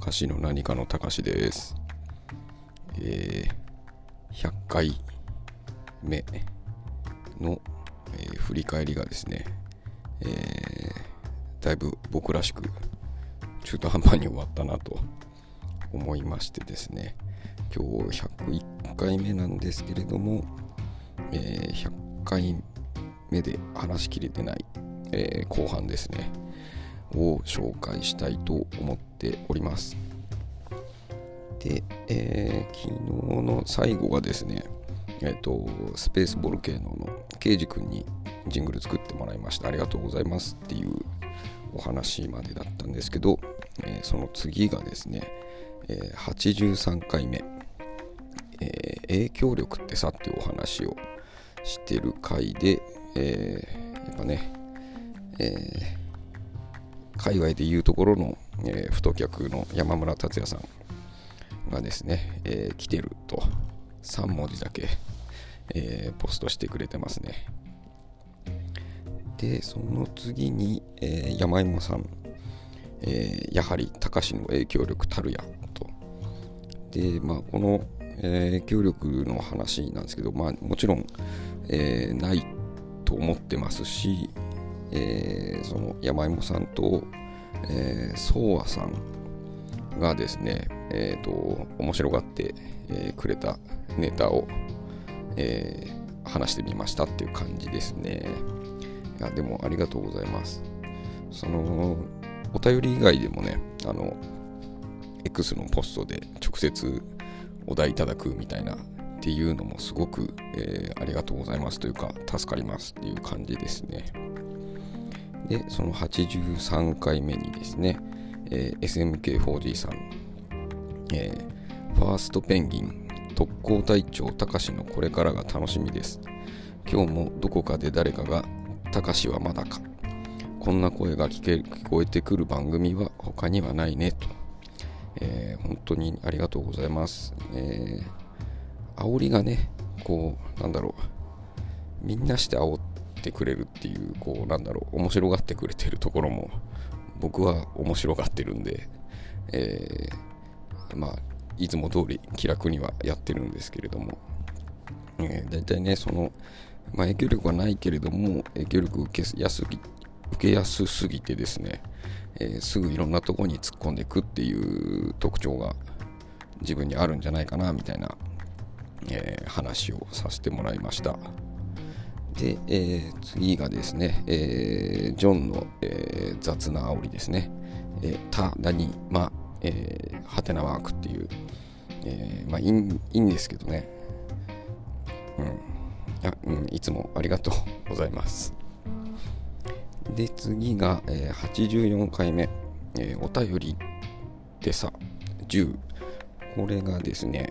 かしの何かのたかしです。100回目の、振り返りがですね、だいぶ僕らしく中途半端に終わったなと思いましてですね、今日101回目なんですけれども、100回目で話しきれてない、後半ですねを紹介したいと思っております。で、昨日の最後がですね、スペースボルケーノのケイジ君にジングル作ってもらいました。ありがとうございますっていうお話までだったんですけど、その次がですね、83回目、影響力ってさっていうお話をしてる回で、やっぱね、海外でいうところの、太客の山村達也さんがですね、来てると3文字だけ、ポストしてくれてますね。でその次に、山芋さん、やはり高志の影響力たるやと。でこの、影響力の話なんですけど、もちろん、ないと思ってますし、その山芋さんと、ソウアさんがですね、面白がって、くれたネタを、話してみましたっていう感じですね。いやでもありがとうございます。そのお便り以外でもね、X のポストで直接お題いただくみたいなっていうのもすごく、ありがとうございますというか助かりますっていう感じですね。でその83回目にですね、SMK4G さん、ファーストペンギン特攻隊長たかしのこれからが楽しみです。今日もどこかで誰かがたかしはまだか、こんな声が聞こえてくる番組は他にはないねと、本当にありがとうございます。煽りがね、こうみんなして煽ってくれるっていう、面白がってくれてるところも僕は面白がってるんで、いつも通り気楽にはやってるんですけれども、だいたいね、その影響力はないけれども影響力受けやすすぎてですね、すぐいろんなところに突っ込んでいくっていう特徴が自分にあるんじゃないかなみたいな、話をさせてもらいました。で、次がですね、ジョンの、雑な煽りですね。ただにはてなワークっていう、いいんですけどね、いつもありがとうございます。で次が、84回目、お便りでさ10、これがですね、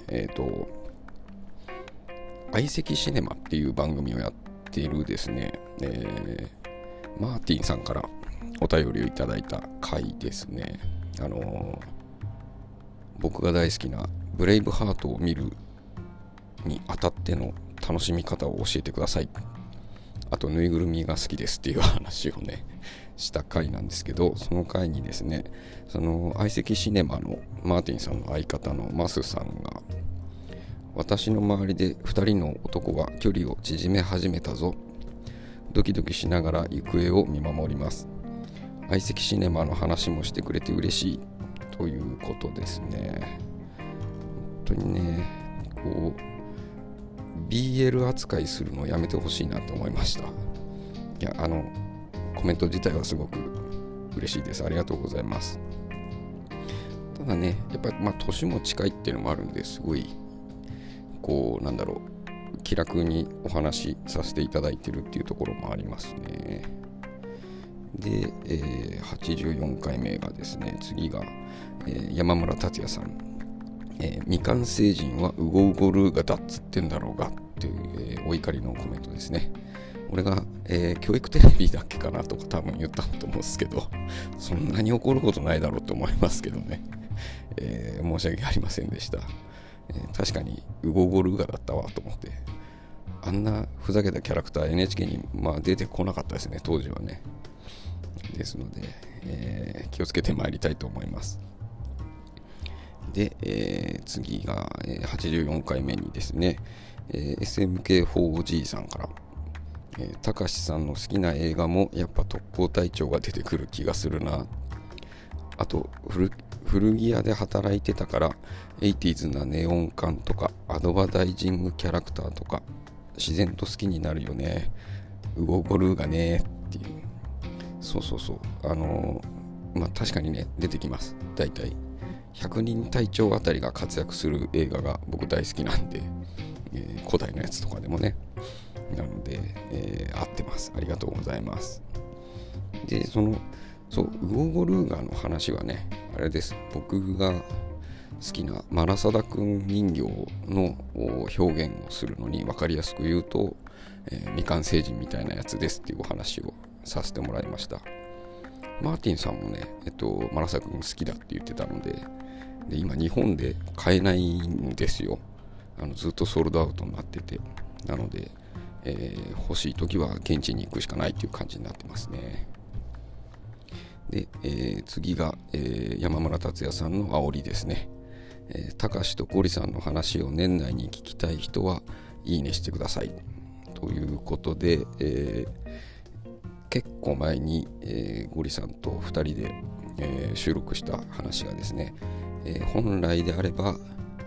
相席シネマっていう番組をやっているですね、マーティンさんからお便りをいただいた回ですね。僕が大好きなブレイブハートを見るにあたっての楽しみ方を教えてください。あとぬいぐるみが好きですっていう話をねした回なんですけど、その回にですね、その相席シネマのマーティンさんの相方のマスさんが、私の周りで2人の男が距離を縮め始めたぞ、ドキドキしながら行方を見守ります、相席シネマの話もしてくれて嬉しいということですね。本当にね、BL 扱いするのをやめてほしいなと思いました。いやコメント自体はすごく嬉しいです。ありがとうございます。ただね、やっぱり年も近いっていうのもあるんで、すごい気楽にお話しさせていただいてるっていうところもありますね。で、84回目がですね、次が、山村達也さん、未完成人はウゴウゴルーガだっつってんだろうがっていう、お怒りのコメントですね。俺が、教育テレビだっけかなとか多分言ったと思うんですけど、そんなに怒ることないだろうと思いますけどね、申し訳ありませんでした。確かにウゴウゴルーガだったわと思って、あんなふざけたキャラクター NHK に出てこなかったですね、当時はね。ですので、気をつけてまいりたいと思います。 で、次が、84回目にですね、SMK4OG さんから、たかしさんの好きな映画もやっぱ特攻隊長が出てくる気がするな。あと古着屋で働いてたから80s なネオン管とかアドバタイジングキャラクターとか自然と好きになるよね。ウゴゴルーがねっていう。そうまあ確かにね出てきます。だいたい100人隊長あたりが活躍する映画が僕大好きなんで、古代のやつとかでもね、なので、合ってます。ありがとうございます。でウゴゴルーガの話はね、あれです。僕が好きなマラサダくん人形の表現をするのに分かりやすく言うと、未完成人みたいなやつですっていうお話をさせてもらいました。マーティンさんもね、マラサダくん好きだって言ってたので、今日本で買えないんですよ。ずっとソールドアウトになってて、なので、欲しい時は現地に行くしかないっていう感じになってますね。で、次が、山村達也さんの煽りですね。たかしとゴリさんの話を年内に聞きたい人はいいねしてくださいということで、結構前に、ゴリさんと2人で、収録した話がですね、本来であれば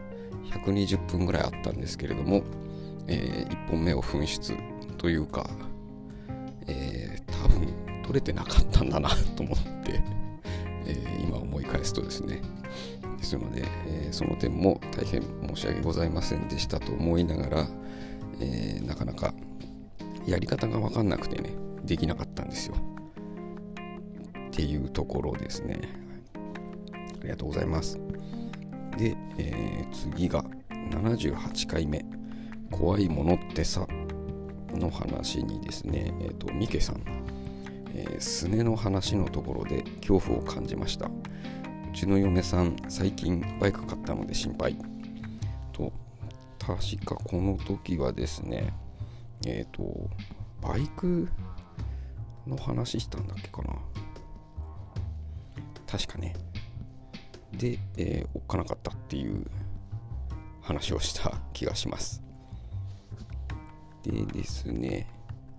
120分ぐらいあったんですけれども、1本目を紛失というか、多分撮れてなかったんだなと思って、今思い返すとですね、ですので、その点も大変申し訳ございませんでしたと思いながら、なかなかやり方が分かんなくてねできなかったんですよっていうところですね。ありがとうございます。で、次が78回目怖いものってさの話にですね、ミケさん、すねの話のところで恐怖を感じました。うちの嫁さん最近バイク買ったので心配と。確かこの時はですね、バイクの話したんだっけかな、確かね。で、おっかなかったっていう話をした気がします。でですね、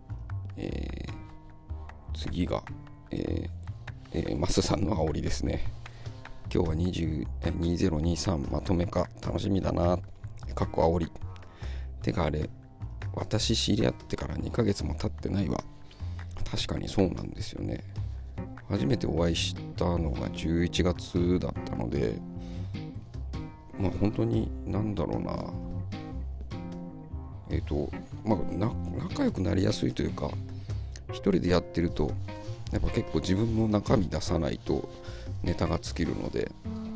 次が、マスさんの煽りですね。今日は2023まとめか楽しみだな、かっこ煽り。てかあれ、私知り合ってから2ヶ月も経ってないわ。確かにそうなんですよね。初めてお会いしたのが11月だったので、まあ本当になんだろうな、仲良くなりやすいというか、一人でやってるとやっぱ結構自分の中身出さないとネタが尽きるので、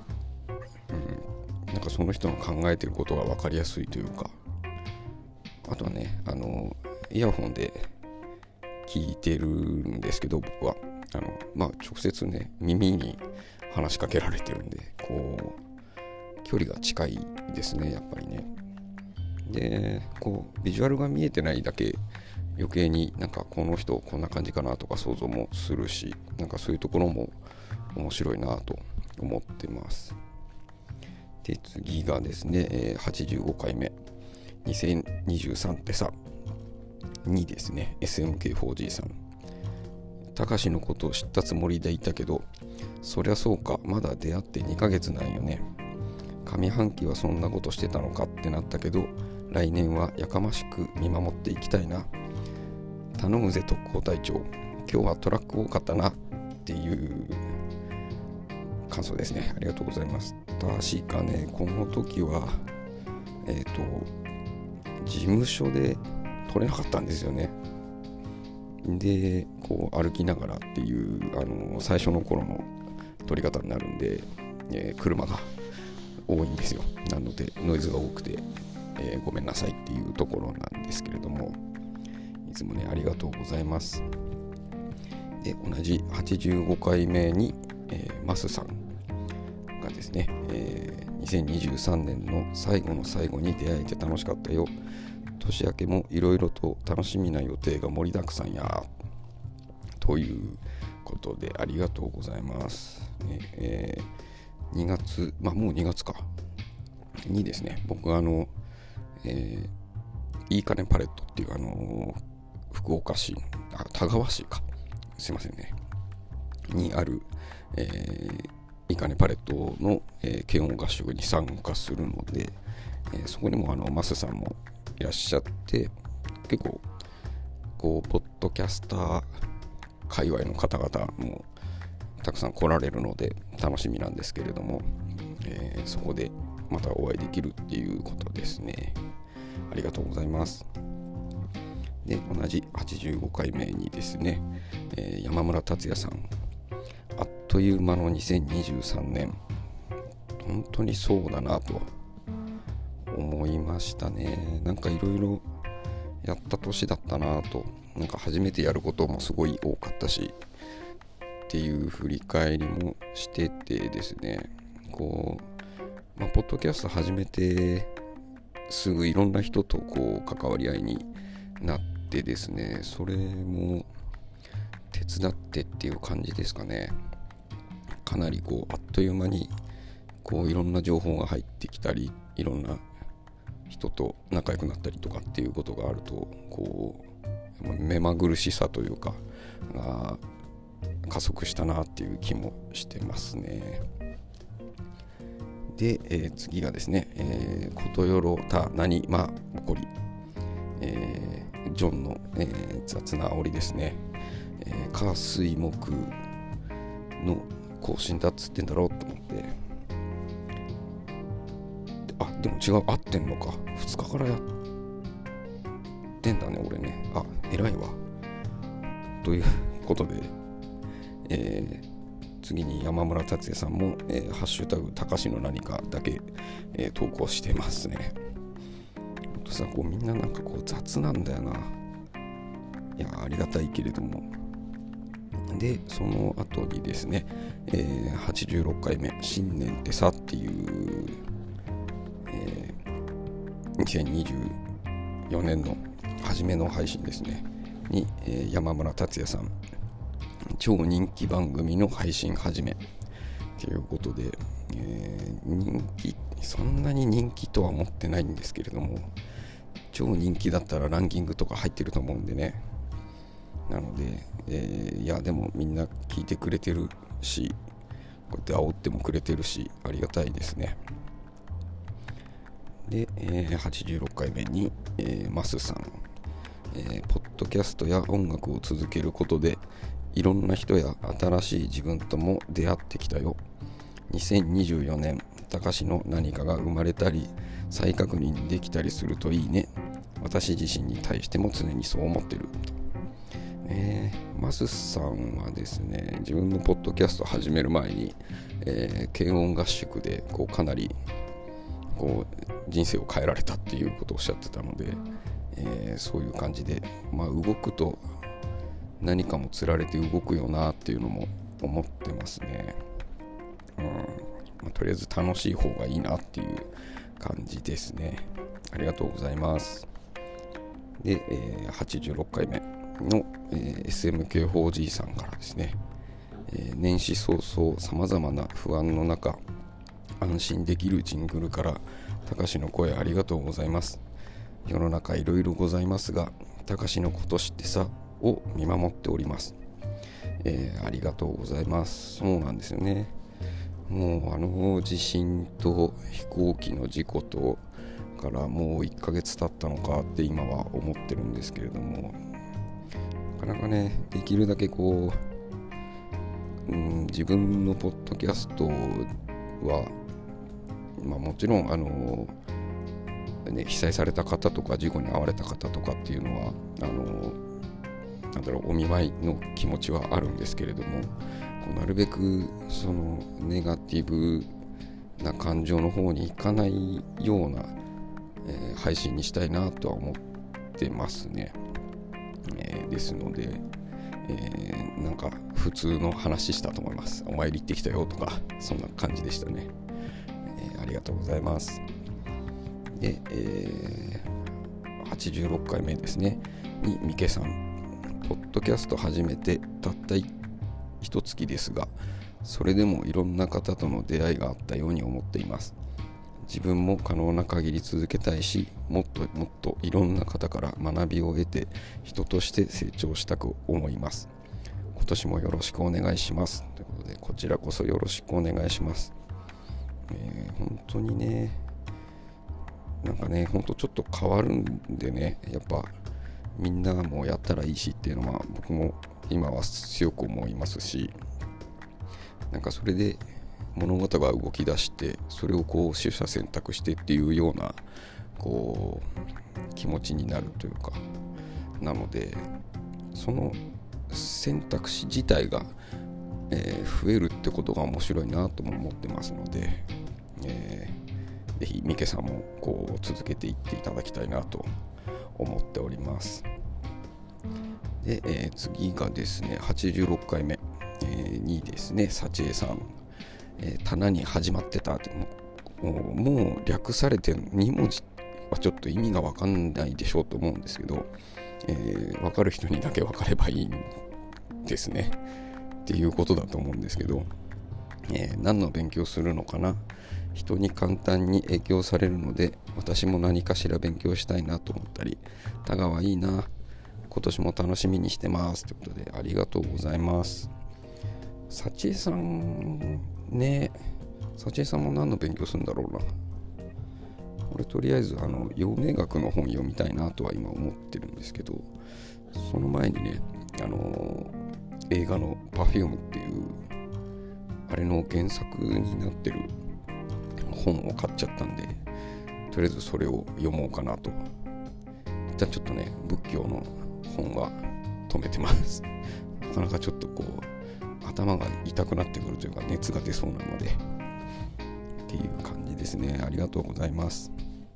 なんかその人の考えてることが分かりやすいというか、あとはね、イヤホンで聞いてるんですけど、僕は直接ね耳に話しかけられてるんで、こう距離が近いですね、やっぱりね。でこうビジュアルが見えてないだけ余計になんかこの人こんな感じかなとか想像もするし、なんかそういうところも面白いなと思ってます。で次がですね、85回目2023ってさにですね、 SMK4G さん、たかしのことを知ったつもりでいたけど、そりゃそうか、まだ出会って2ヶ月なんよね。上半期はそんなことしてたのかってなったけど、来年はやかましく見守っていきたいな。頼むぜ特攻隊長、今日はトラック多かったなっていう感想ですね。ありがとうございます。確かね、この時は事務所で撮れなかったんですよね。でこう歩きながらっていう最初の頃の撮り方になるんで、車が多いんですよ。なのでノイズが多くて、ごめんなさいっていうところなんですけれども、いつもねありがとうございます。で同じ85回目に、マスさんがですね、2023年の最後の最後に出会えて楽しかったよ。年明けもいろいろと楽しみな予定が盛りだくさんやということで、ありがとうございます、 2月、もう2月かにですね、僕いいかねパレットっていう福岡市、田川市か、すいませんね、にある、いいかねパレットの、軽音合宿に参加するので、そこにもマスさんもいらっしゃって、結構こうポッドキャスター界隈の方々もたくさん来られるので楽しみなんですけれども、そこでまたお会いできるっていうことですね。ありがとうございます。で、同じ85回目にですね、山村達也さん、あっという間の2023年、本当にそうだなと思いましたね。なんかいろいろやった年だったなと、なんか初めてやることもすごい多かったしっていう振り返りもしててですね、こう、ポッドキャスト始めてすぐいろんな人とこう関わり合いになってですね、それも手伝ってっていう感じですかね。かなりこうあっという間にこういろんな情報が入ってきたり、いろんな人と仲良くなったりとかっていうことがあると、こう目まぐるしさというか加速したなっていう気もしてますね。で、次がですね、ことよろた何ま起こり、ジョンの、雑な煽りですね。火水木の更新だっつってんだろうと思って、でも違う、合ってんのか、2日からやってんだね俺ね。偉いわということで、次に山村達也さんも、ハッシュタグたかしの何かだけ、投稿してますね。ほんとさ、こうみんななんかこう雑なんだよな。いやありがたいけれども。でその後にですね、86回目新年ってさっていう、2024年の初めの配信ですねに、山村達也さん超人気番組の配信始めということで、人気、そんなに人気とは思ってないんですけれども、超人気だったらランキングとか入ってると思うんでね。なので、いやでもみんな聞いてくれてるし、こうやって煽ってもくれてるし、ありがたいですね。で、86回目に、マスさん、ポッドキャストや音楽を続けることでいろんな人や新しい自分とも出会ってきたよ。2024年たかしの何かが生まれたり再確認できたりするといいね。私自身に対しても常にそう思ってる。マスさんはですね、自分のポッドキャストを始める前に、軽音合宿でこうかなりこう人生を変えられたっていうことをおっしゃってたので、そういう感じで、動くと何かもつられて動くよなっていうのも思ってますね。とりあえず楽しい方がいいなっていう感じですね。ありがとうございます。で、86回目の、SMK4G さんからですね、年始早々さまざまな不安の中安心できるジングルからたかしの声ありがとうございます。世の中いろいろございますがたかしのこと知ってさを見守っております。ありがとうございます。そうなんですよね。もう地震と飛行機の事故とからもう1ヶ月経ったのかって今は思ってるんですけれども、なかなかねできるだけこう、自分のポッドキャストは、もちろん被災された方とか事故に遭われた方とかっていうのはお見舞いの気持ちはあるんですけれども、なるべくそのネガティブな感情の方に行かないような、配信にしたいなとは思ってますね。ですので、なんか普通の話したと思います。お参り行ってきたよとかそんな感じでしたね。ありがとうございます。で、86回目ですねにミケさん、ポッドキャスト始めてたった一月ですがそれでもいろんな方との出会いがあったように思っています。自分も可能な限り続けたいし、もっともっといろんな方から学びを得て人として成長したく思います。今年もよろしくお願いします。ということで、こちらこそよろしくお願いします。本当にね、なんかね、本当ちょっと変わるんでね、やっぱみんなもやったらいいしっていうのは僕も今は強く思いますし、なんかそれで物事が動き出して、それをこう取捨選択してっていうようなこう気持ちになるというか、なのでその選択肢自体が、増えるってことが面白いなとも思ってますので、ぜひミケさんもこう続けていっていただきたいなと思っております。で、次がですね86回目、にですね、幸恵さん、棚に始まってたって、もう略されて2文字はちょっと意味が分かんないでしょうと思うんですけど、分かる人にだけ分かればいいんですねっていうことだと思うんですけど、何の勉強するのかな。人に簡単に影響されるので、私も何かしら勉強したいなと思ったり、田川いいな、今年も楽しみにしてますということで、ありがとうございます。幸恵さんね、幸恵さんも何の勉強するんだろうな。俺とりあえず陽明学の本読みたいなとは今思ってるんですけど、その前にね、映画の Perfume っていうあれの原作になってる本を買っちゃったんで、とりあえずそれを読もうかなと。一旦ちょっとね、仏教の本は止めてます。なかなかちょっとこう頭が痛くなってくるというか、熱が出そうなのでっていう感じですね。ありがとうございます。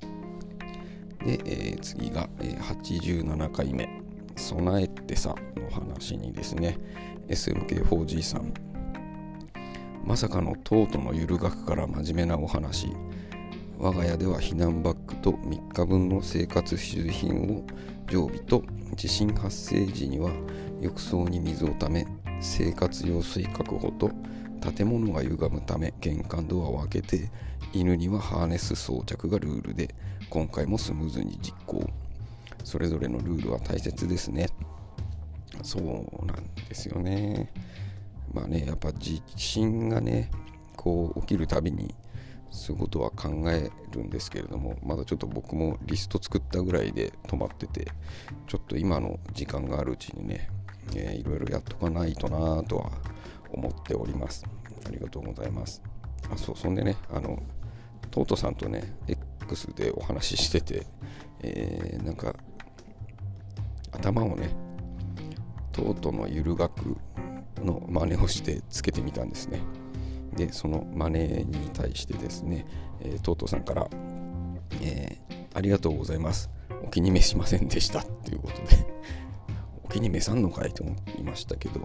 で、次が、87回目、備えてさの話にですね、 SMK4G さん、まさかのトートのゆる学から真面目なお話。我が家では避難バッグと3日分の生活必需品を常備と、地震発生時には浴槽に水をため、生活用水確保と、建物が歪むため玄関ドアを開けて、犬にはハーネス装着がルールで、今回もスムーズに実行。それぞれのルールは大切ですね。そうなんですよね。まあね、やっぱ地震がねこう起きるたびにそういうことは考えるんですけれども、まだちょっと僕もリスト作ったぐらいで止まってて、ちょっと今の時間があるうちにね、いろいろやっとかないとなとは思っております。ありがとうございます。そんでね、トートさんとね X でお話ししてて、なんか頭をねトートのゆる学の真似をしてつけてみたんですね。でその真似に対してですね、トートさんから、ありがとうございます、お気に召しませんでしたということでお気に召さんのかいと思いましたけど、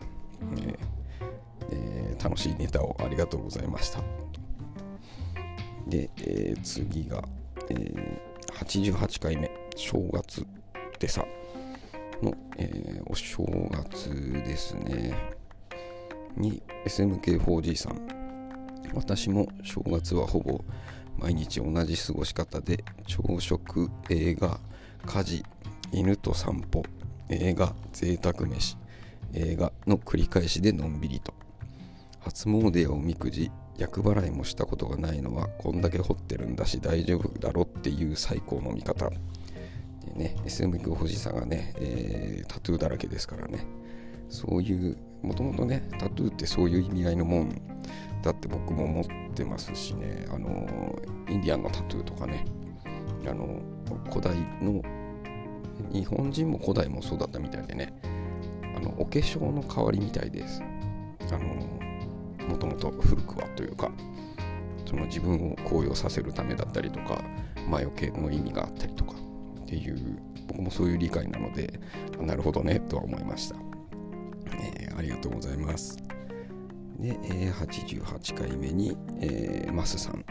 楽しいネタをありがとうございました。で、次が、88回目、正月でさの、お正月ですねに SMK4G さん、私も正月はほぼ毎日同じ過ごし方で、朝食、映画、家事、犬と散歩、映画、贅沢飯、映画の繰り返しでのんびりと。初詣やおみくじ、厄払いもしたことがないのはこんだけ掘ってるんだし大丈夫だろっていう最高の見方でね、SMK4G さんがね、タトゥーだらけですからね、そういうもともとねタトゥーってそういう意味合いのもんだって僕も思ってますしね、インディアンのタトゥーとかね、古代の日本人も古代もそうだったみたいでね、お化粧の代わりみたいです。もともと古くはというか、その自分を高揚させるためだったりとか、魔除けの意味があったりとかっていう、僕もそういう理解なので、なるほどねとは思いました。ありがとうございます。で、88回目に、マスさん、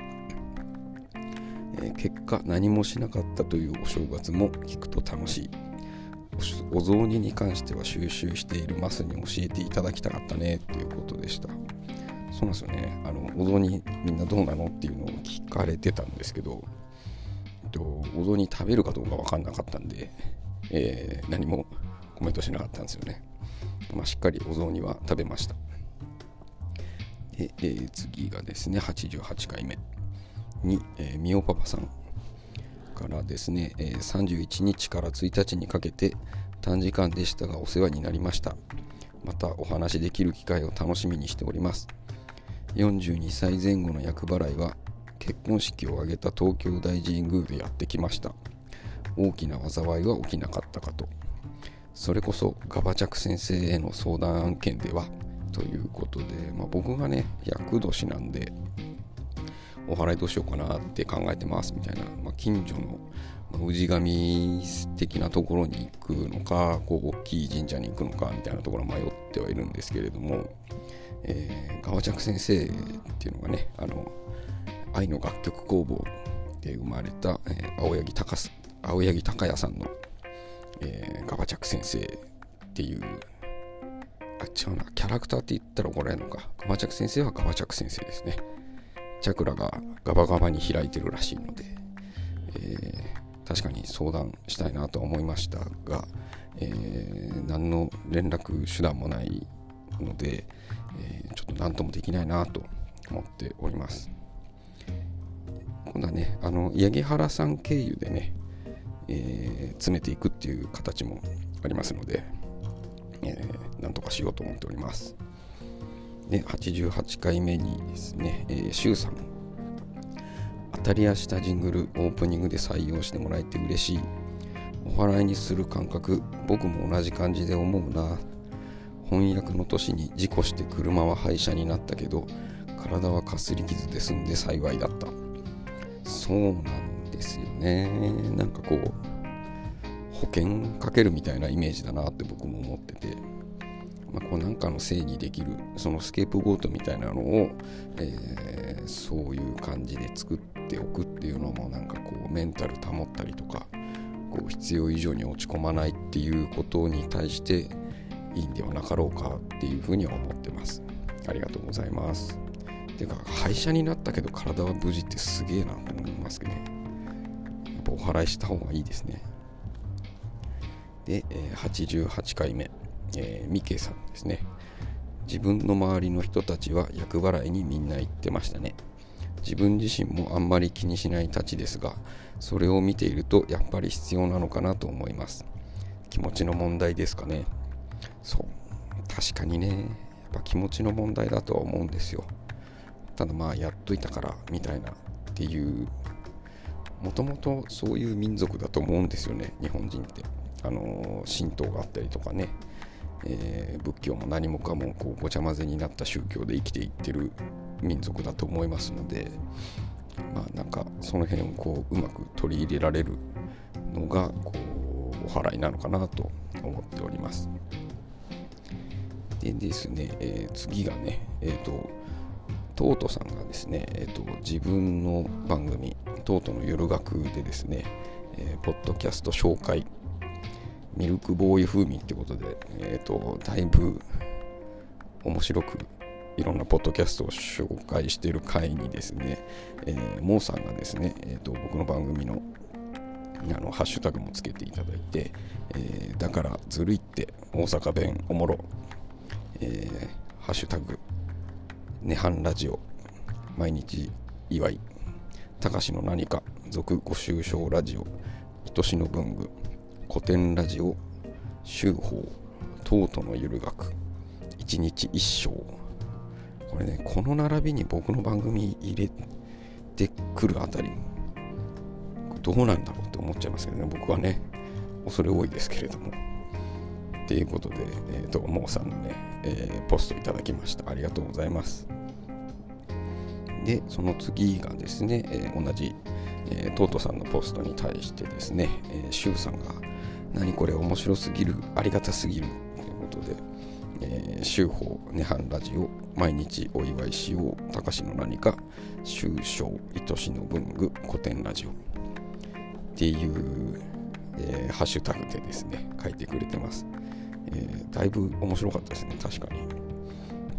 結果何もしなかったというお正月も聞くと楽しい。お雑煮に関しては収集しているマスに教えていただきたかったねということでした。 そうなんですよね。お雑煮みんなどうなのっていうのを聞かれてたんですけど、お雑煮食べるかどうか分かんなかったんで、何もコメントしなかったんですよね。しっかりお雑煮は食べました。で、次がですね、88回目に、みおパパさんからですね、31日から1日にかけて短時間でしたがお世話になりました。またお話しできる機会を楽しみにしております。42歳前後の厄払いは結婚式を挙げた東京大神宮でやってきました。大きな災いは起きなかったかと。それこそガバチャク先生への相談案件ではということで、僕がね厄年なんでお祓いどうしようかなって考えてますみたいな、近所の氏神的なところに行くのか、大きい神社に行くのかみたいなところは迷ってはいるんですけれども、ガバチャク先生っていうのがね、愛の楽曲工房で生まれた、青柳隆也さんの、ガバチャク先生っていう、違うな、キャラクターって言ったら怒られるのか。ガバチャク先生はガバチャク先生ですね。チャクラがガバガバに開いてるらしいので、確かに相談したいなとは思いましたが、何の連絡手段もないので、ちょっと何ともできないなと思っております。今度はね、八木原さん経由でね、詰めていくっていう形もありますので、なんとかしようと思っております。で、88回目にですね、シュウさん、当たりやしたジングルオープニングで採用してもらえて嬉しい。お祓いにする感覚、僕も同じ感じで思うな。翻訳の年に事故して車は廃車になったけど、体はかすり傷で済んで幸いだった。そうなんですよね。なんか保険かけるみたいなイメージだなって僕も思ってて、なんかのせいにできるそのスケープゴートみたいなのを、そういう感じで作っておくっていうのもなんかメンタル保ったりとか、必要以上に落ち込まないっていうことに対していいんではなかろうかっていうふうには思ってます。ありがとうございます。てか廃車になったけど体は無事ってすげえなと思いますけどね。やっぱお祓いした方がいいですね。で、88回目、ミケさんですね。自分の周りの人たちは厄払いにみんな行ってましたね。自分自身もあんまり気にしないたちですが、それを見ているとやっぱり必要なのかなと思います。気持ちの問題ですかね。そう、確かにね、やっぱ気持ちの問題だとは思うんですよ。ただやっといたからみたいなっていう、もともとそういう民族だと思うんですよね、日本人って。神道があったりとかね、仏教も何もかもごちゃ混ぜになった宗教で生きていってる民族だと思いますので、なんかその辺をうまく取り入れられるのがお祓いなのかなと思っております。でですね、次がね、トートさんがですね、自分の番組トートの夜学でですね、ポッドキャスト紹介ミルクボーイ風味ってことで、だいぶ面白くいろんなポッドキャストを紹介している回にですね、モーさんがですね、僕の番組のハッシュタグもつけていただいて、だからずるいって大阪弁おもろ、ハッシュタグ涅槃ラジオ毎日祝いたかしの何か続ご愁傷ラジオ愛しの文具古典ラジオ修法トートのゆる学一日一生、これね、この並びに僕の番組入れてくるあたりどうなんだろうって思っちゃいますけどね。僕はね恐れ多いですけれども。ということで、モーさんのね、ポストいただきました。ありがとうございます。で、その次がですね、同じ、トートさんのポストに対してですね、シュウさんが何これ面白すぎる、ありがたすぎるということで、修法涅槃ラジオ毎日お祝いしようたかしの何か修正愛しの文具古典ラジオっていう、ハッシュタグでですね書いてくれてます。だいぶ面白かったですね。確かに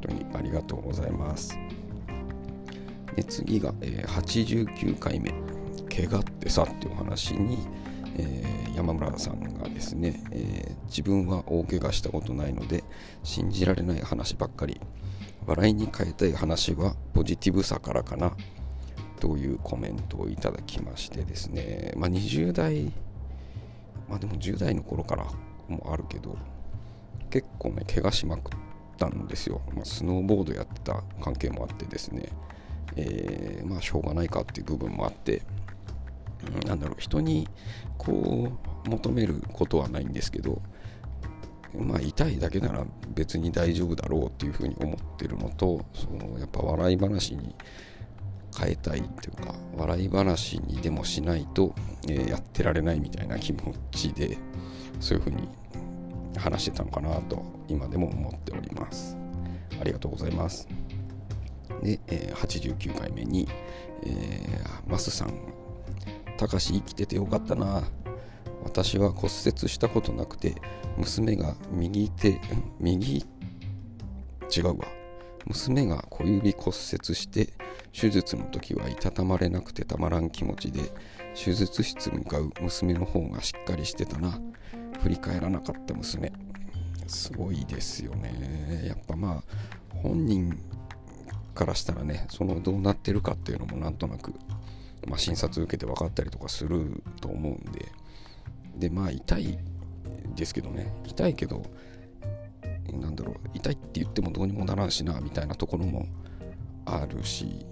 当にありがとうございます。で次が、89回目怪我ってさっていうお話に、山村さんがですね、自分は大怪我したことないので信じられない話ばっかり、笑いに変えたい話はポジティブさからかなというコメントをいただきましてですね、20代でも10代の頃からもあるけど結構ね怪我しまくったんですよ。スノーボードやってた関係もあってですね、しょうがないかっていう部分もあって、人にこう求めることはないんですけど、痛いだけなら別に大丈夫だろうっていうふうに思ってるのと、やっぱ笑い話に変えたいっていうか、笑い話にでもしないと、やってられないみたいな気持ちでそういうふうに話してたのかなと今でも思っております。ありがとうございます。で、89回目に、マスさん、たかし生きててよかったな。私は骨折したことなくて、娘が娘が小指骨折して手術の時はいたたまれなくてたまらん気持ちで手術室に向かう娘の方がしっかりしてたな。振り返らなかった娘、すごいですよね。やっぱ本人からしたらね、どうなってるかっていうのもなんとなく、診察受けて分かったりとかすると思うんで、痛いですけどね、痛いけど痛いって言ってもどうにもならんしなみたいなところもあるし、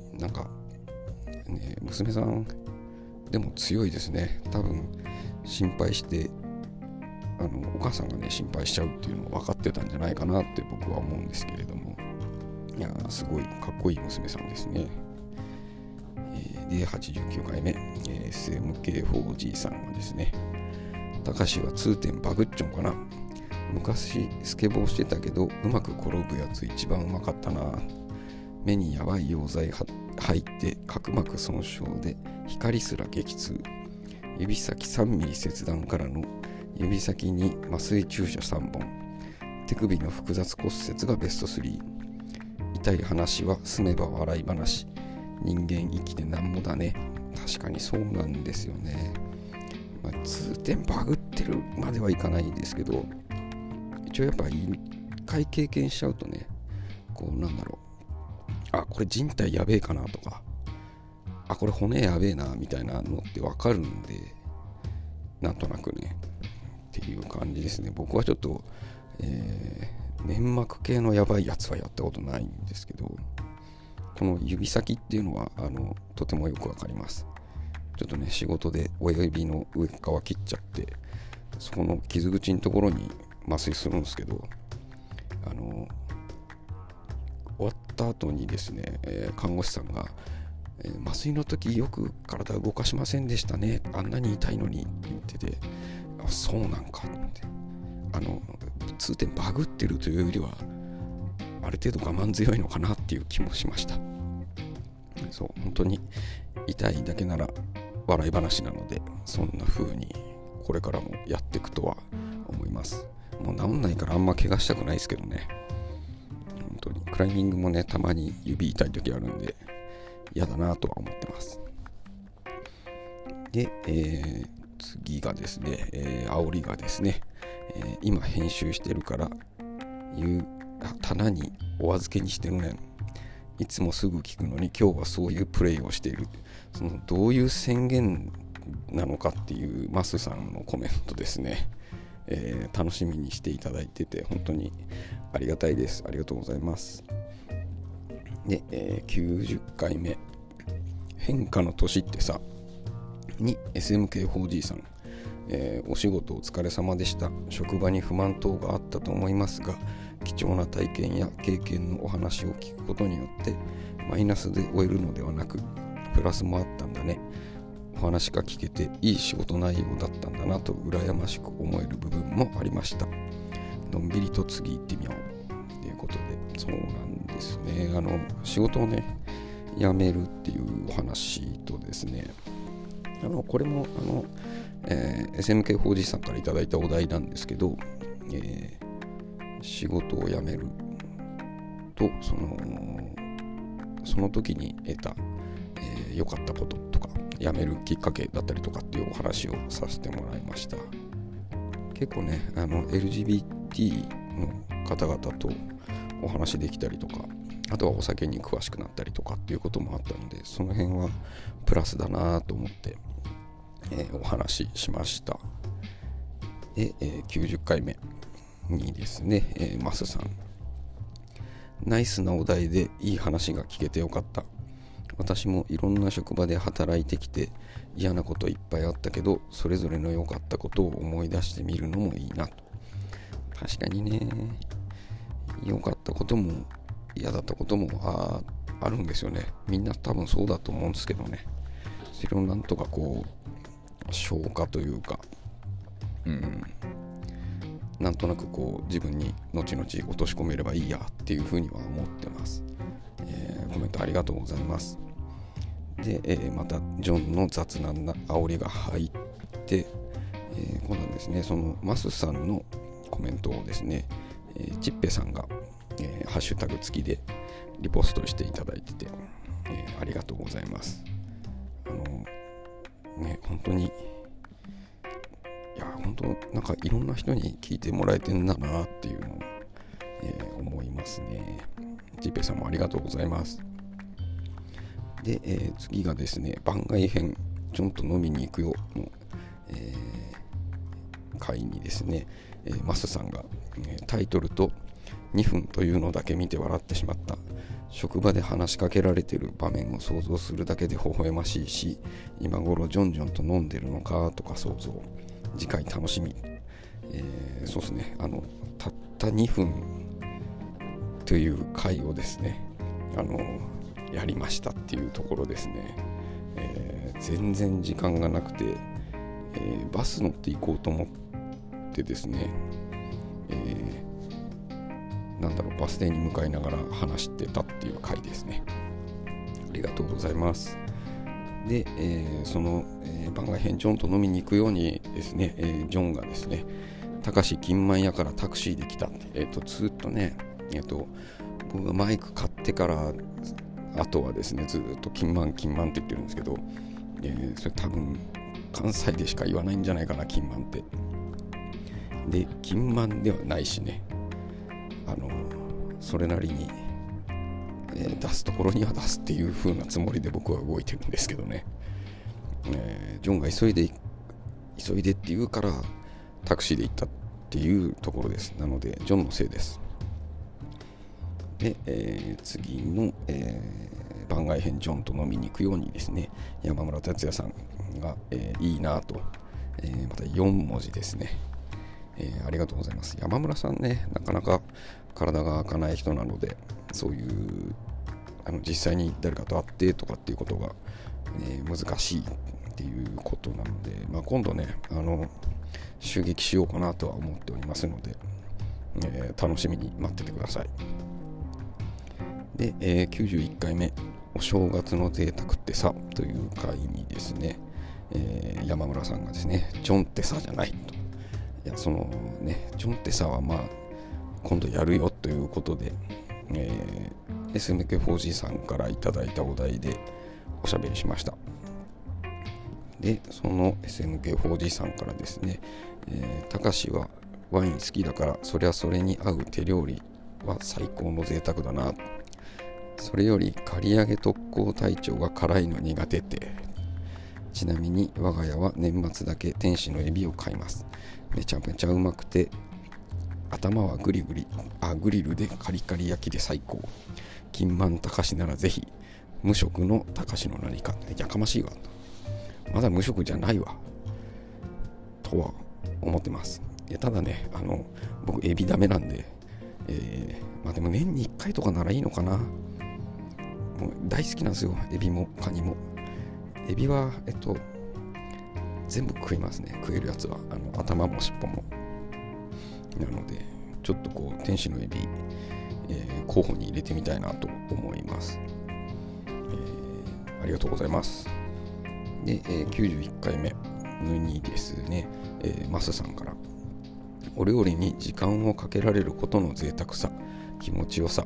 娘さんでも強いですね。多分心配してお母さんがね心配しちゃうっていうのを分かってたんじゃないかなって僕は思うんですけれども、いやすごいかっこいい娘さんですね。で89回目、SMK4G さんはですね、たかしは通天バグっちょんかな。昔スケボーしてたけどうまく転ぶやつ一番うまかったな。目にやばい溶剤入って角膜損傷で光すら激痛、指先3ミリ切断からの指先に麻酔注射3本、手首の複雑骨折がベスト3、痛い話は住めば笑い話、人間生きてなんもだね。確かにそうなんですよね。通天バグってるまではいかないですけど、一応やっぱ一回経験しちゃうとね、これ人体やべえかなとか、これ骨やべえなみたいなのってわかるんで、なんとなくねっていう感じですね。僕はちょっと、粘膜系のやばいやつはやったことないんですけど、この指先っていうのはとてもよくわかります。ちょっとね仕事で親指の上側切っちゃって、そこの傷口のところに麻酔するんですけど、終わった後にですね、看護師さんが、麻酔の時よく体動かしませんでしたね、あんなに痛いのにって言ってて、そうなんかって、通天バグってるというよりはある程度我慢強いのかなっていう気もしました。本当に痛いだけなら笑い話なので、そんな風にこれからもやっていくとは思います。もう治んないからあんま怪我したくないですけどね。本当にクライミングもねたまに指痛い時あるんで嫌だなとは思ってます。で、次がですね、煽りがですね、今編集してるから棚にお預けにしてるねん、いつもすぐ聞くのに今日はそういうプレイをしている。どういう宣言なのかっていうマスさんのコメントですね、楽しみにしていただいてて本当にありがたいです。ありがとうございます。で、90回目変化の年ってさに SMK4G さん、お仕事お疲れ様でした。職場に不満等があったと思いますが、貴重な体験や経験のお話を聞くことによってマイナスで終えるのではなくプラスもあったんだね。お話が聞けていい仕事内容だったんだなと羨ましく思える部分もありました。のんびりと次行ってみようということで、そうなんですね。仕事をね辞めるっていうお話とですね、これもSMK4G さんからいただいたお題なんですけど、仕事を辞めるとその時に得た良かったこととか辞めるきっかけだったりとかっていうお話をさせてもらいました。結構ねLGBT の方々とお話できたりとか、あとはお酒に詳しくなったりとかっていうこともあったので、その辺はプラスだなと思って、お話ししました。で、90回目にですね、マスさん、ナイスなお題でいい話が聞けてよかった。私もいろんな職場で働いてきて嫌なこといっぱいあったけど、それぞれの良かったことを思い出してみるのもいいなと。確かにね、良かったことも嫌だったこともあるんですよね。みんな多分そうだと思うんですけどね。それをなんとかこう消化というか、なんとなくこう自分に後々落とし込めればいいやっていうふうには思ってます。コメントありがとうございます。で、またジョンの雑談な煽りが入って、今度はですね、そのマスさんのコメントをですね、チッペさんが、ハッシュタグ付きでリポストしていただいてて、ありがとうございます。本当に本当なんかいろんな人に聞いてもらえてんだなっていうのを、思いますね。チッペさんもありがとうございます。で、次がですね、番外編ちょんと飲みに行くよの、回にですね、マスさんが、タイトルと2分というのだけ見て笑ってしまった。職場で話しかけられている場面を想像するだけで微笑ましいし、今頃ジョンジョンと飲んでるのかとか想像。次回楽しみ。そうですね、たった2分という回をですね、やりましたっていうところですね。全然時間がなくて、バス乗って行こうと思ってですね、バス停に向かいながら話してたっていう回ですね。ありがとうございます。で、その、番外編ジョンと飲みに行くようにですね、ジョンがですね、たかし金満屋からタクシーで来たって、ずっとね、僕がマイク買ってからあとはですね、ずっと金満って言ってるんですけど、それ多分関西でしか言わないんじゃないかな、金満って。で、金満ではないしね、それなりに、出すところには出すっていう風なつもりで僕は動いてるんですけどね。ジョンが急いでって言うからタクシーで行ったっていうところです。なのでジョンのせいです。で、次の、番外編ジョンと飲みに行くようにですね、山村達也さんが、いいなと、また4文字ですね、ありがとうございます。山村さんね、なかなか体が開かない人なので、そういう実際に誰かと会ってとかっていうことが、難しいっていうことなので、今度ね襲撃しようかなとは思っておりますので、楽しみに待っててください。で、91回目お正月の贅沢ってさという回にですね、山村さんがですね、ジョンってさじゃないと、いやそのね、ジョンってさは今度やるよということで、SMK4G さんからいただいたお題でおしゃべりしました。で、その SMK4G さんからですね、たかしはワイン好きだからそりゃそれに合う手料理は最高の贅沢だな。それより刈り上げ特攻隊長が辛いの苦手って。ちなみに我が家は年末だけ天使のエビを買います。めちゃめちゃうまくて、頭はグリルでカリカリ焼きで最高。金満たかしならぜひ。無職のたかしの何か、やかましいわ。まだ無職じゃないわとは思ってます。ただね、僕エビダメなんで、でも年に1回とかならいいのかな。もう大好きなんですよ、エビもカニも。エビは全部食いますね。食えるやつは頭も尻尾も。なのでちょっとこう天使のエビ、候補に入れてみたいなと思います。ありがとうございます。で、91回目にですね、マスさんから、お料理に時間をかけられることの贅沢さ、気持ちよさ、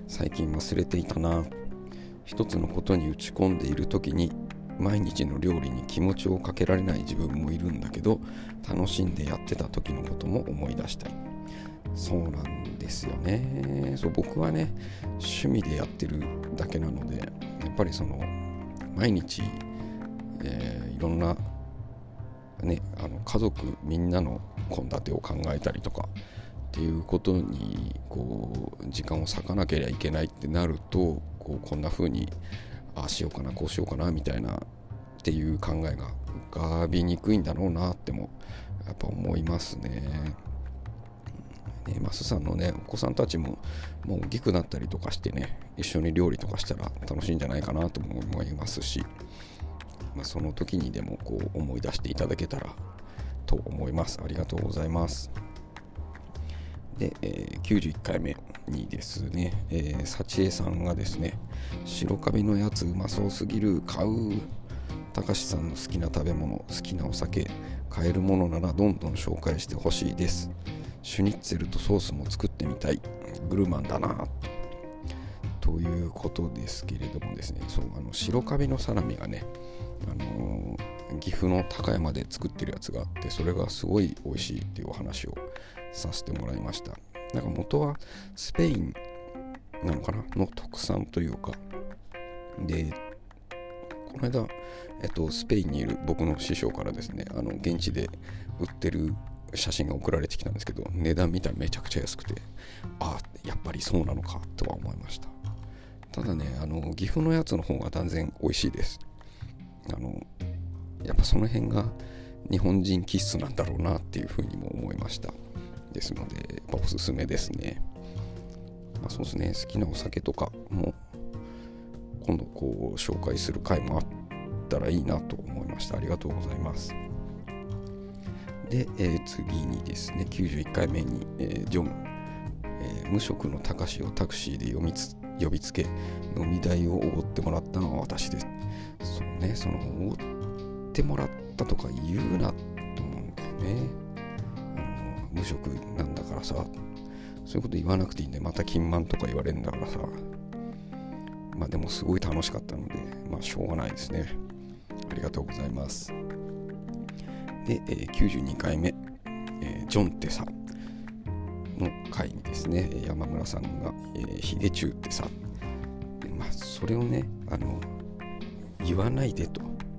最近忘れていたな。一つのことに打ち込んでいる時に毎日の料理に気持ちをかけられない自分もいるんだけど、楽しんでやってた時のことも思い出したい。そうなんですよね。そう、僕はね趣味でやってるだけなので、やっぱりその毎日、いろんなね、家族みんなの献立を考えたりとかっていうことにこう時間を割かなければいけないってなると、こんな風にああしようかなこうしようかなみたいなっていう考えが浮かびにくいんだろうなってもやっぱ思いますね。マスさんのねお子さんたちももう大きくなったりとかしてね、一緒に料理とかしたら楽しいんじゃないかなとも思いますし、その時にでもこう思い出していただけたらと思います。ありがとうございます。で、91回目にですね、幸恵さんがですね、白カビのやつうまそうすぎる、買う。たかしさんの好きな食べ物、好きなお酒、買えるものならどんどん紹介してほしいです。シュニッツェルとソースも作ってみたい。グルマンだなということですけれどもですね、そう白カビのサラミがね、岐阜の高山で作ってるやつがあって、それがすごい美味しいっていうお話をさせてもらいました。なんか元はスペインなのかなの特産というかで、この間、スペインにいる僕の師匠からですね、現地で売ってる写真が送られてきたんですけど、値段見たらめちゃくちゃ安くて、やっぱりそうなのかとは思いました。ただね、岐阜のやつの方が断然美味しいです。やっぱその辺が日本人気質なんだろうなっていうふうにも思いました。ですのでやっぱおすすめですね。そうですね、好きなお酒とかも今度こう紹介する回もあったらいいなと思いました。ありがとうございます。で、次にですね91回目に、ジョン、無職のたかしをタクシーで呼びつけ飲み代をおごってもらったのは私です。そうね、そのおごってもらったとか言うなと思うんだよね。無職なんだからさ、そういうこと言わなくていいんで、また金満とか言われるんだからさ、でもすごい楽しかったので、しょうがないですね。ありがとうございます。で、92回目、ジョンテさの回にですね、山村さんが、ヒゲチュウってさ、それをね言わないでと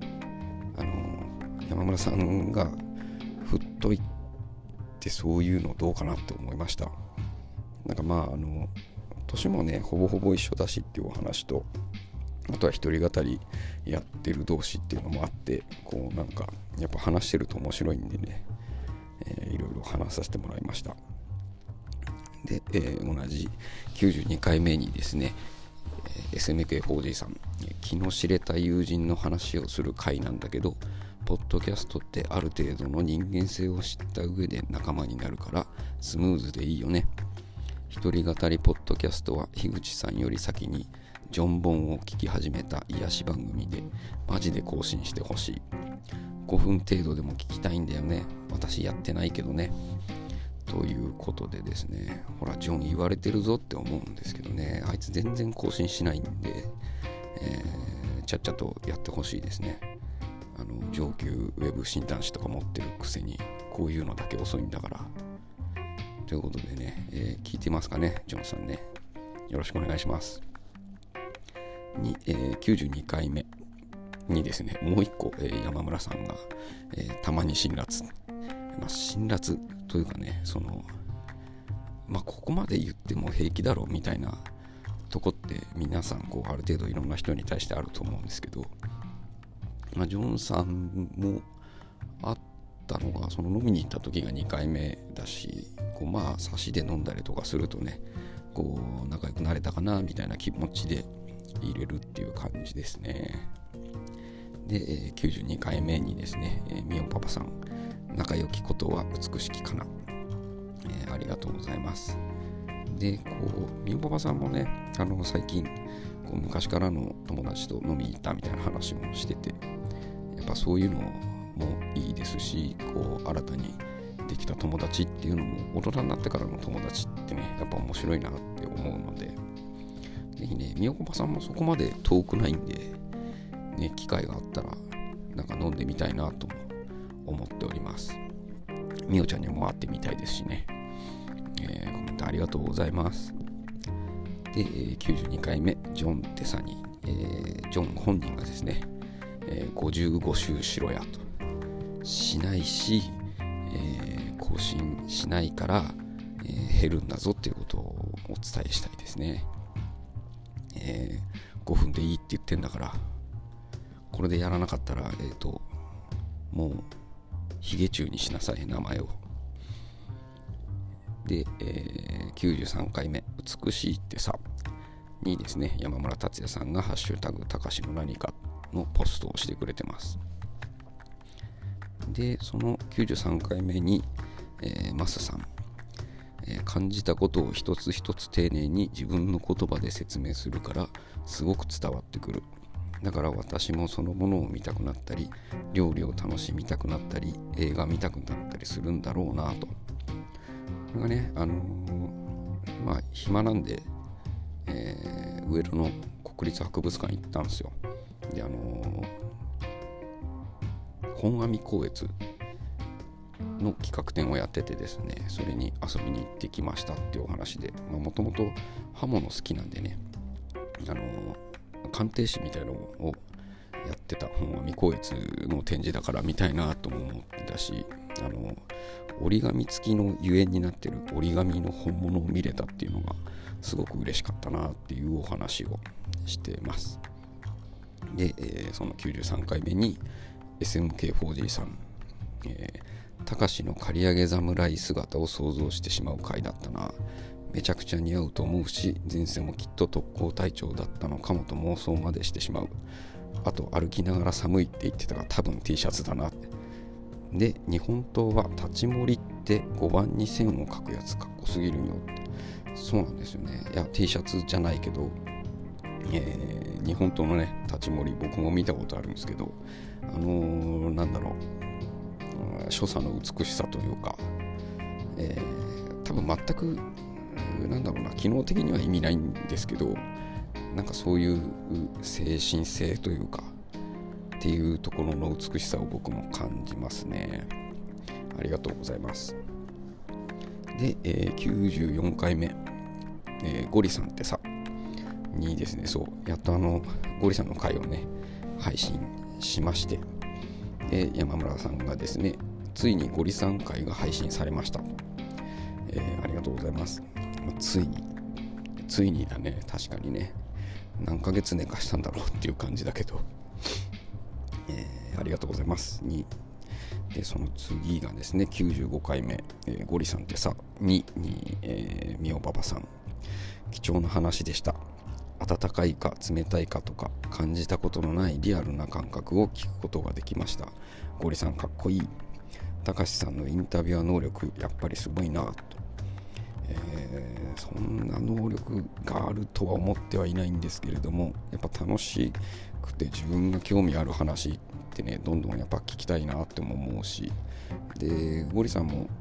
山村さんが振っといて、そういうのどうかなって思いました。なんか年もねほぼほぼ一緒だしっていうお話と、あとは一人語りやってる同士っていうのもあって、こうなんかやっぱ話してると面白いんでね、いろいろ話させてもらいました。で、同じ92回目にですね、SNK4G さん、気の知れた友人の話をする回なんだけど、ポッドキャストってある程度の人間性を知った上で仲間になるからスムーズでいいよね。一人語りポッドキャストは樋口さんより先にジョンボンを聞き始めた癒し番組で、マジで更新してほしい。5分程度でも聞きたいんだよね。私やってないけどね。ということでですね、ほらジョン言われてるぞって思うんですけどね、あいつ全然更新しないんで、ちゃっちゃとやってほしいですね。上級ウェブ診断士とか持ってるくせにこういうのだけ遅いんだから。ということでね、聞いてますかね、ジョンさんね。よろしくお願いします。92回目にですね、もう一個、山村さんが、たまに辛辣。辛辣というかね、ここまで言っても平気だろうみたいなとこって皆さんある程度いろんな人に対してあると思うんですけど、ジョンさんもあったのが、飲みに行った時が2回目だし、差しで飲んだりとかするとね、仲良くなれたかなみたいな気持ちで入れるっていう感じですね。で、92回目にですね、みおパパさん、仲良きことは美しきかな、ありがとうございます。で、みおパパさんもね、最近昔からの友達と飲みに行ったみたいな話もしてて、やっぱそういうのもいいですし、新たにできた友達っていうのも大人になってからの友達ってね、やっぱ面白いなって思うので、 ぜひね、みよこばさんもそこまで遠くないんで、ね、機会があったらなんか飲んでみたいなとも思っております。みおちゃんにも会ってみたいですしね。コメントありがとうございます。で、92回目ジョンテサに、ジョン本人がですね、55周しろやとしないし、更新しないから、減るんだぞっていうことをお伝えしたいですね。5分でいいって言ってんだから、これでやらなかったらもうヒゲ中にしなさい、名前を。で、93回目美しいってさにですね、山村達也さんがハッシュタグたかしの何かのポストをしてくれてます。で、その93回目に、マスさん、感じたことを一つ一つ丁寧に自分の言葉で説明するからすごく伝わってくる。だから私もそのものを見たくなったり、料理を楽しみたくなったり、映画見たくなったりするんだろうなと。これがね、暇なんで、上野の国立博物館行ったんですよ。で、本阿弥光悦の企画展をやっててですね、それに遊びに行ってきましたっていうお話で、もともと刃物好きなんでね、鑑定士みたいなのをやってた本阿弥光悦の展示だから見たいなとも思ってたし、折り紙付きのゆえんになってる折り紙の本物を見れたっていうのがすごく嬉しかったなっていうお話をしてます。で、その93回目に SMK4G さん、たかしの刈り上げ侍姿を想像してしまう回だったな。めちゃくちゃ似合うと思うし、前世もきっと特攻隊長だったのかもと妄想までしてしまう。あと歩きながら寒いって言ってたが多分 T シャツだなって。で、日本刀は立ち盛りって5番に線を書くやつかっこすぎるよって。そうなんですよね。いや T シャツじゃないけど、日本刀のね立ち盛り僕も見たことあるんですけど、なんだろう、所作の美しさというか、多分全くなんだろうな、機能的には意味ないんですけど、なんかそういう精神性というかっていうところの美しさを僕も感じますね。ありがとうございます。で、94回目、ゴリさんってさにですね、そうやっとゴリさんの回をね配信しまして、山村さんがですね、ついにゴリさん回が配信されました。ありがとうございます。ついにだね。確かにね、何ヶ月寝かしたんだろうっていう感じだけど、ありがとうございます。で、その次がですね、95回目、ゴリさんってさに、みおばばさん、貴重な話でした。温かいか冷たいかとか感じたことのないリアルな感覚を聞くことができました。ゴリさんかっこいい。たかしさんのインタビュアー能力やっぱりすごいなと。そんな能力があるとは思ってはいないんですけれども、やっぱ楽しくて自分が興味ある話ってね、どんどんやっぱ聞きたいなっても思うし、でゴリさんも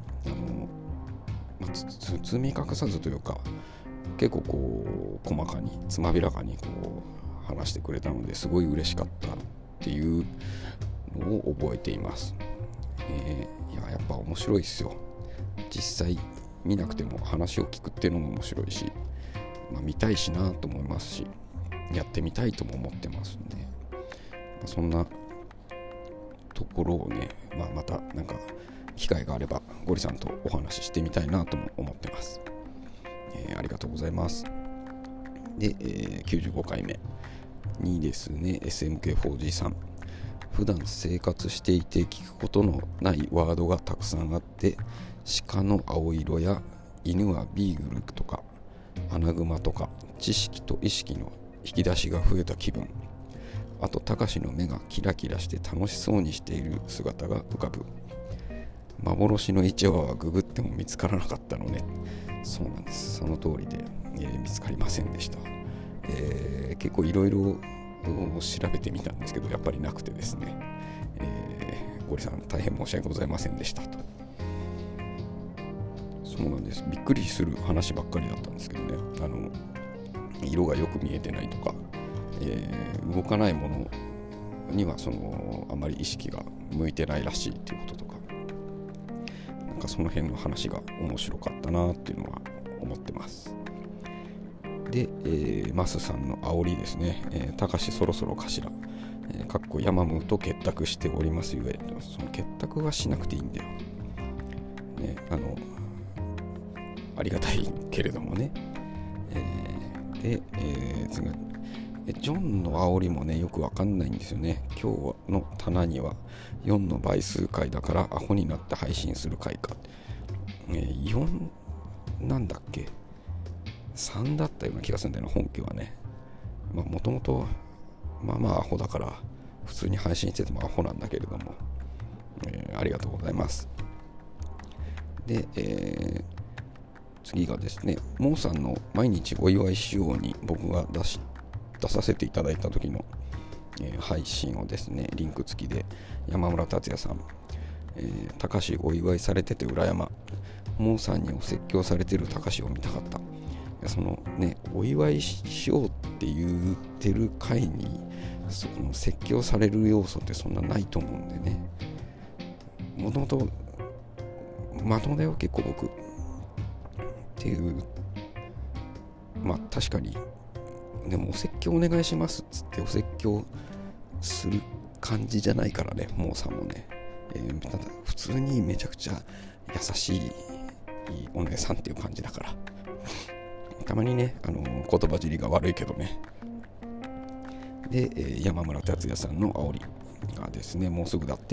包み隠さずというか、結構こう細かにつまびらかにこう話してくれたので、すごい嬉しかったっていうのを覚えています。やっぱ面白いっすよ。実際見なくても話を聞くっていうのも面白いし、見たいしなと思いますし、やってみたいとも思ってますんで、そんなところをね、またなんか機会があればゴリさんとお話ししてみたいなとも思ってます。ありがとうございます。で、95回目にですね、 SMK4G さん、普段生活していて聞くことのないワードがたくさんあって、鹿の青色や犬はビーグルとかアナグマとか、知識と意識の引き出しが増えた気分。あとたかしの目がキラキラして楽しそうにしている姿が浮かぶ。幻の1羽はググっても見つからなかったのね。そうなんです、その通りで、見つかりませんでした。結構いろいろ調べてみたんですけど、やっぱりなくてですね、ゴリさん大変申し訳ございませんでしたと。そうなんです、びっくりする話ばっかりだったんですけどね、 色がよく見えてないとか、動かないものにはあまり意識が向いてないらしいっていうこととか、なんかその辺の話が面白かったなっていうのは思ってます。で、マスさんの煽りですね、たかしそろそろかしら、かっこヤマムーと結託しておりますゆえ、その結託はしなくていいんだよ、ね、ありがたいけれどもね。で、次はジョンの煽りもねよくわかんないんですよね。今日の棚には4の倍数回だからアホになって配信する回か、4なんだっけ、3だったような気がするんだよな、本家はね。もともとまあアホだから普通に配信しててもアホなんだけれども、ありがとうございます。で、次がですね、モーさんの毎日お祝いしように僕が出させていただいた時の、配信をですね、リンク付きで山村達也さん、高志お祝いされてて裏山、モーさんにお説教されてる高志を見たかった。そのね、お祝いしようって言ってる回にその説教される要素ってそんなないと思うんでね。もともとまともだよ結構僕っていう、確かにでもお説教お願いしますっつってお説教する感じじゃないからね、モーさんもね、ただ普通にめちゃくちゃ優しいお姉さんっていう感じだから、たまにね、言葉尻が悪いけどね。で、山村達也さんの煽りがですね、もうすぐだって、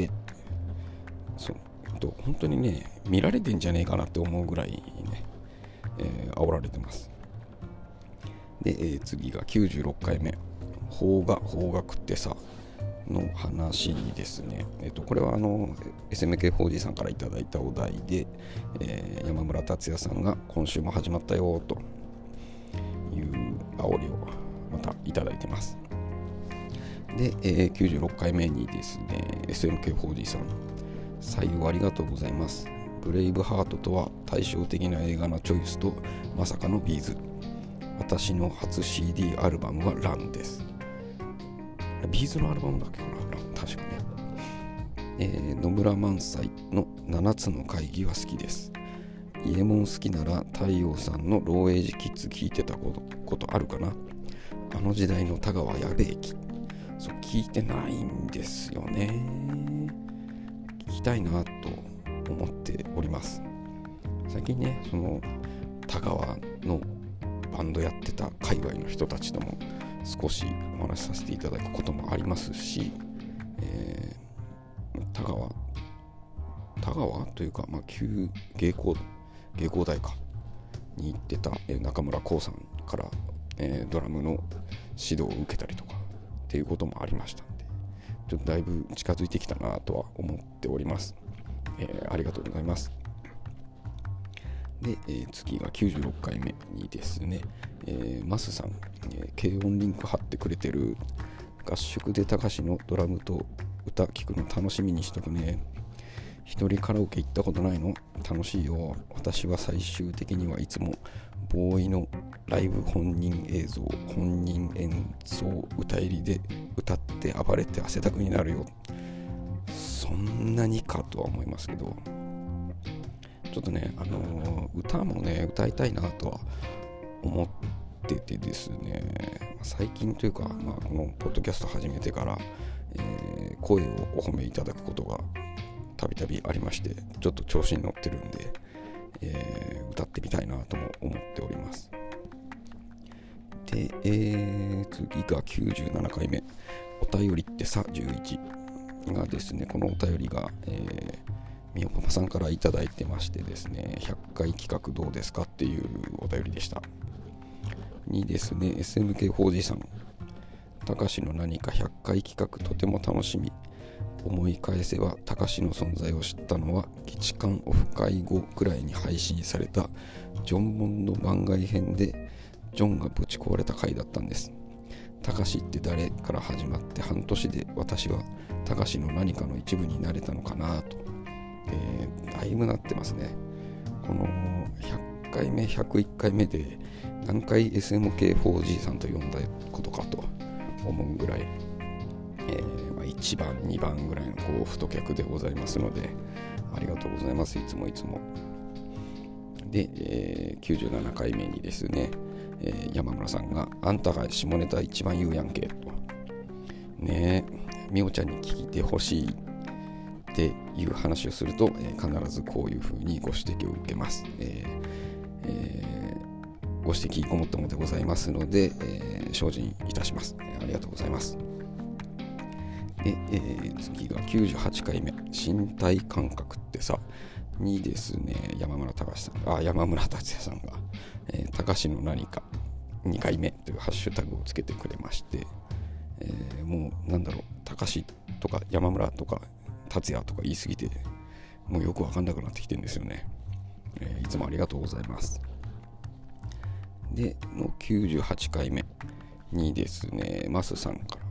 本当にね、見られてんじゃねえかなって思うぐらいね、煽られてます。で、次が96回目、邦楽ってさの話にですね、これはSMK4G さんからいただいたお題で、山村達也さんが今週も始まったよという煽りをまたいただいてます。で、96回目にですね、SMK4G さん、採用ありがとうございます。ブレイブハートとは対照的な映画のチョイスとまさかのビーズ。私の初 CD アルバムはランです。ビーズのアルバムだっけかな、確かね。野村萬斎の7つの会議は好きです。イエモン好きなら太陽さんのローエイジキッズ聞いてたことあるかな。あの時代の田川やべえそう聞いてないんですよね。聞きたいなと思っております。最近ね、その田川のバンドやってた界隈の人たちとも少しお話しさせていただくこともありますし、田川というか、旧芸工大かに行ってた中村光さんから、ドラムの指導を受けたりとかっていうこともありましたんで、ちょっとだいぶ近づいてきたなとは思っております。ありがとうございます。で、次が96回目にですね、マスさん、軽音リンク貼ってくれてる。合宿で高志のドラムと歌聞くの楽しみにしとくね。一人カラオケ行ったことないの？楽しいよ。私は最終的にはいつもボーイのライブ本人映像、本人演奏、歌入りで歌って暴れて汗だくになるよ。そんなにかとは思いますけど、ちょっとね、歌もね歌いたいなとは思っててですね、最近というか、このポッドキャスト始めてから、声をお褒めいただくことがたびたびありまして、ちょっと調子に乗ってるんで、歌ってみたいなとも思っております。で、次が97回目、お便りってさ11がですね、このお便りが、みおパパさんからいただいてましてですね、100回企画どうですかっていうお便りでした。にですね、SMK4G さん、たかしの何か100回企画とても楽しみ。思い返せばたかしの存在を知ったのは基地間オフ会後くらいに配信されたジョンモンの番外編でジョンがぶち壊れた回だったんです。たかしって誰から始まって半年で私はたかしの何かの一部になれたのかなと、だいぶなってますね。この100 回目101回目で何回 SMK4G さんと呼んだことかと思うぐらい、1番2番ぐらいの太客でございますので、ありがとうございます。いつもで、97回目にですね、山村さんがあんたが下ネタ一番言うやんけとね、みおちゃんに聞いてほしいっていう話をすると、必ずこういうふうにご指摘を受けます。ご指摘ごもっともでございますので、精進いたします。ありがとうございます。で、次が98回目、身体感覚ってさにですね、山村達也さんが、高志の何か2回目というハッシュタグをつけてくれまして、もう高志とか山村とか達也とか言い過ぎてもうよくわかんなくなってきてるんですよね。いつもありがとうございます。での98回目にですね、マスさんから、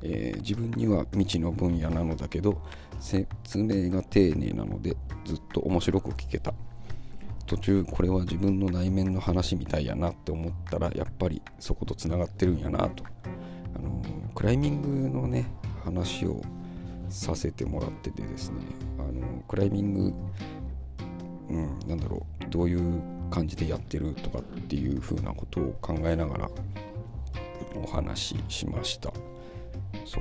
自分には未知の分野なのだけど説明が丁寧なのでずっと面白く聞けた。途中これは自分の内面の話みたいやなって思ったら、やっぱりそことつながってるんやなと、クライミングのね話をさせてもらっててですね、クライミング、どういう感じでやってるとかっていう風なことを考えながらお話ししました。そう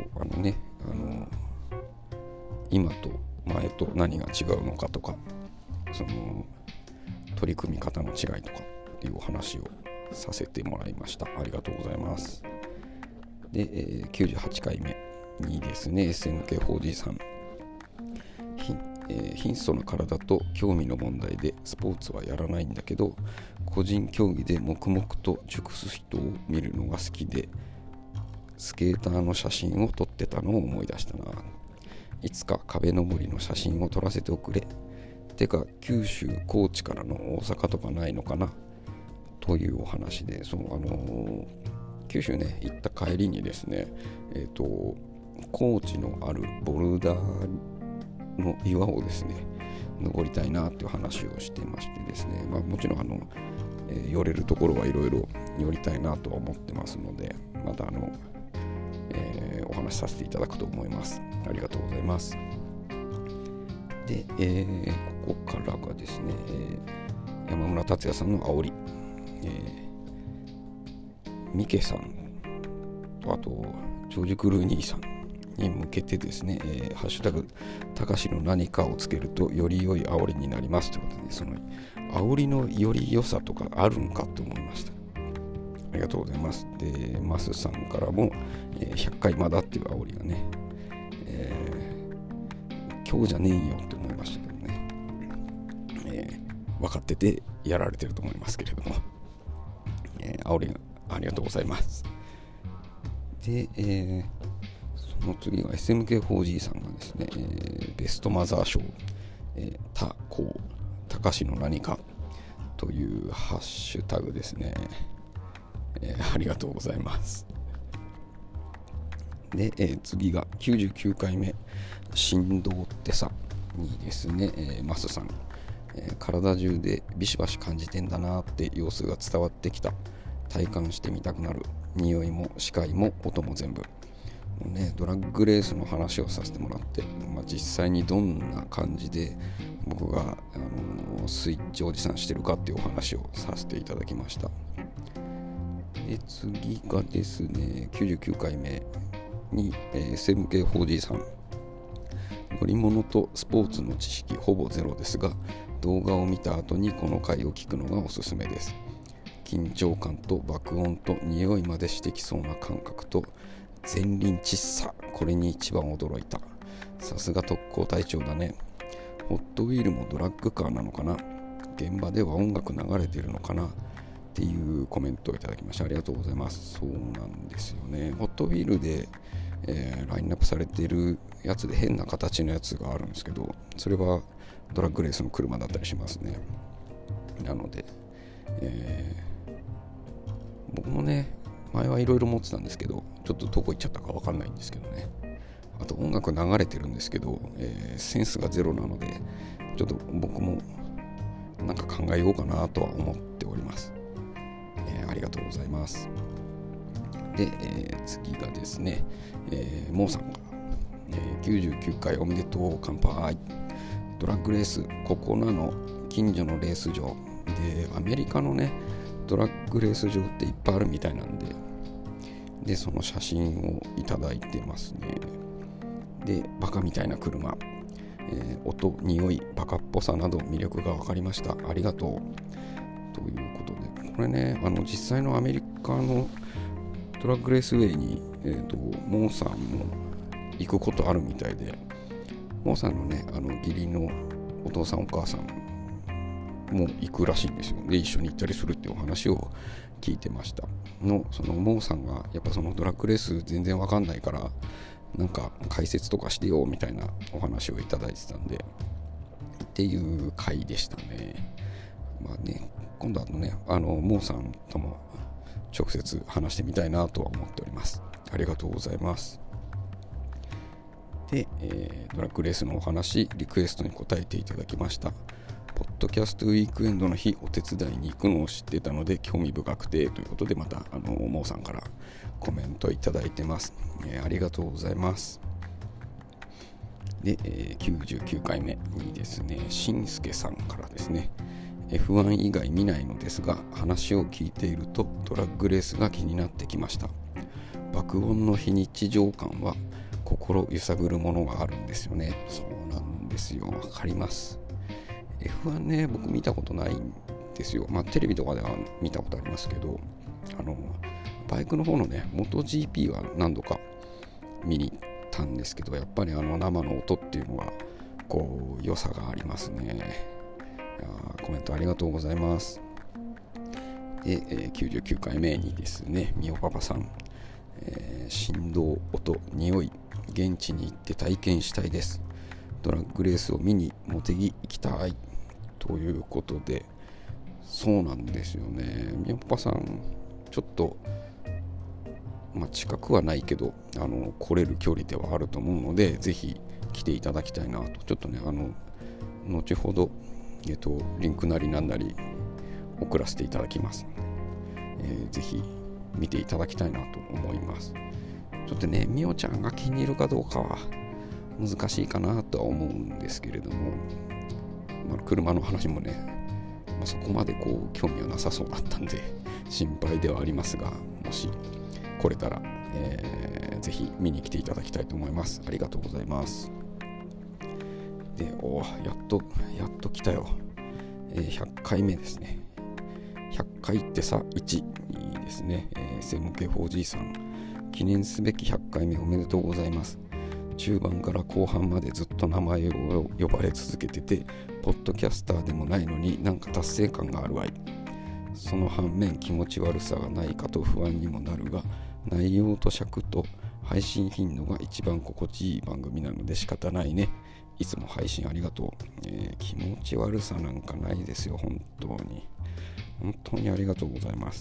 今と前と何が違うのかとか、その取り組み方の違いとかっていうお話をさせてもらいました。ありがとうございます。で、98回目にですね、 SNK4G さん、貧相な体と興味の問題でスポーツはやらないんだけど、個人競技で黙々と熟す人を見るのが好きでスケーターの写真を撮ってたのを思い出したな。いつか壁登りの写真を撮らせておくれ。てか九州高知からの大阪とかないのかなというお話で、九州ね行った帰りにですね、高知のあるボルダーの岩をですね登りたいなという話をしてましてですね、もちろん寄れるところはいろいろ寄りたいなとは思ってますので、またお話しさせていただくと思います。ありがとうございます。で、ここからがですね、山村達也さんの煽り、ミケさんと、あとジョージ・クルーニーさんに向けてですね、ハッシュタグたかしの何かをつけるとより良い煽りになりますということで、その煽りのより良さとかあるんかと思いました。ありがとうございます。で、マスさんからも、100回まだっていう煽りがね、今日じゃねえよって思いましたけどね、分かっててやられてると思いますけれども、煽りがありがとうございます。で、その次が SMK4G さんがですね、ベストマザー賞、たかしの何かというハッシュタグですね、ありがとうございます。で、次が99回目振動ってさにですね、マスさん、体中でビシバシ感じてんだなって様子が伝わってきた。体感してみたくなる。匂いも視界も音も全部。ドラッグレースの話をさせてもらって、実際にどんな感じで僕が、スイッチおじさんしてるかっていうお話をさせていただきました。で、次がですね、99回目に、SMK4G さん、乗り物とスポーツの知識ほぼゼロですが、動画を見た後にこの回を聞くのがおすすめです。緊張感と爆音と匂いまでしてきそうな感覚と前輪窒素、これに一番驚いた。さすが特攻隊長だね。ホットウィールもドラッグカーなのかな。現場では音楽流れてるのかなっていうコメントをいただきました。ありがとうございます。そうなんですよね。ホットウィールで、ラインナップされているやつで変な形のやつがあるんですけど、それはドラッグレースの車だったりしますね。なので、僕もね前はいろいろ持ってたんですけど、ちょっとどこ行っちゃったか分かんないんですけどね。あと音楽流れてるんですけど、センスがゼロなのでちょっと僕もなんか考えようかなとは思っております。ありがとうございます。で、次がですね、モーさんが、99回おめでとう乾杯。ドラッグレースここなの近所のレース場で、アメリカのねドラッグレース場っていっぱいあるみたいなんで、その写真をいただいてますね。で、バカみたいな車、音、匂い、バカっぽさなど魅力が分かりました。ありがとう。ということで、これね、実際のアメリカのトラックレースウェイに、モーさんも行くことあるみたいで、モーさんのね、義理のお父さんお母さんも行くらしいんですよ。で、一緒に行ったりするっていうお話を聞いてました。そのモーさんがやっぱそのドラッグレース全然わかんないから、なんか解説とかしてよみたいなお話をいただいてたんで、っていう回でしたね。まあね、今度ね、モーさんとも直接話してみたいなとは思っております。ありがとうございます。で、ドラッグレースのお話、リクエストに答えていただきました。ポッドキャストウィークエンドの日お手伝いに行くのを知ってたので興味深くてということで、またモーさんからコメントいただいてます。ありがとうございます。で、99回目にですね、しんすけさんからですね、F1 以外見ないのですが話を聞いているとドラッグレースが気になってきました。爆音の非日常感は心揺さぶるものがあるんですよね。そうなんですよ、わかります。F1 ね、僕見たことないんですよ。まあテレビとかでは見たことありますけど、バイクの方のね MotoGP は何度か見に行ったんですけど、やっぱり生の音っていうのがこう良さがありますね。コメントありがとうございます。で、99回目にですね、みおパパさん、振動、音、匂い、現地に行って体験したいです。ドラッグレースを見に茂木行きたいということで、そうなんですよね。みおパパさんちょっと、近くはないけど来れる距離ではあると思うので、ぜひ来ていただきたいなと。ちょっとね後ほどリンクなりなんなり送らせていただきますので、ぜひ見ていただきたいなと思います。ちょっとね、みおちゃんが気に入るかどうかは難しいかなとは思うんですけれども、車の話もね、そこまで興味はなさそうだったんで心配ではありますが、もし来れたら、ぜひ見に来ていただきたいと思います。ありがとうございます。で、やっと来たよ。100回目ですね。100回ってさ1にですね、SMK4G さん、記念すべき100回目おめでとうございます。中盤から後半までずっと名前を呼ばれ続けてて、ポッドキャスターでもないのになんか達成感があるわい。その反面気持ち悪さがないかと不安にもなるが、内容と尺と配信頻度が一番心地いい番組なので仕方ないね。いつも配信ありがとう。気持ち悪さなんかないですよ。本当にありがとうございます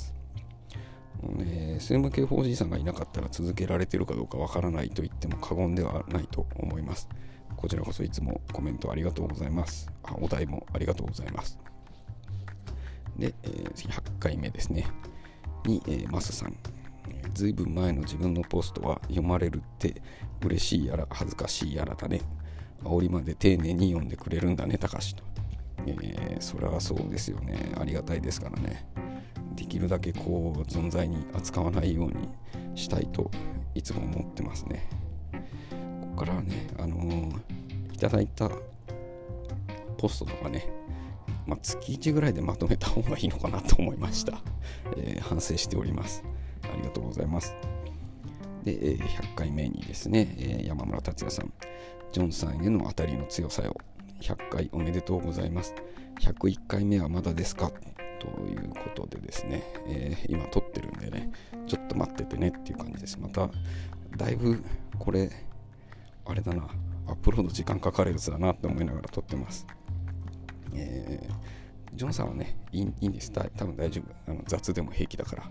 。SMK4G さんがいなかったら続けられてるかどうかわからないと言っても過言ではないと思います。こちらこそいつもコメントありがとうございます。お題もありがとうございます。で、100回目ですねに、マスさん、ずいぶん前の自分のポストは読まれるって嬉しいやら恥ずかしいやらだね。煽りまで丁寧に読んでくれるんだね、たかしと。それはそうですよね。ありがたいですからね。できるだけ存在に扱わないようにしたいといつも思ってますね。ここからはね、いただいたポストとかね、月1ぐらいでまとめた方がいいのかなと思いました。反省しております。ありがとうございます。で、100回目にですね、山村達也さん、ジョンさんへの当たりの強さよ。100回おめでとうございます。101回目はまだですかということでですね、今撮ってるんでね、ちょっと待っててねっていう感じです。まただいぶこれあれだな、アップロード時間かかるやつだなって思いながら撮ってます。ジョンさんはね、いいんです。多分大丈夫。雑でも平気だから。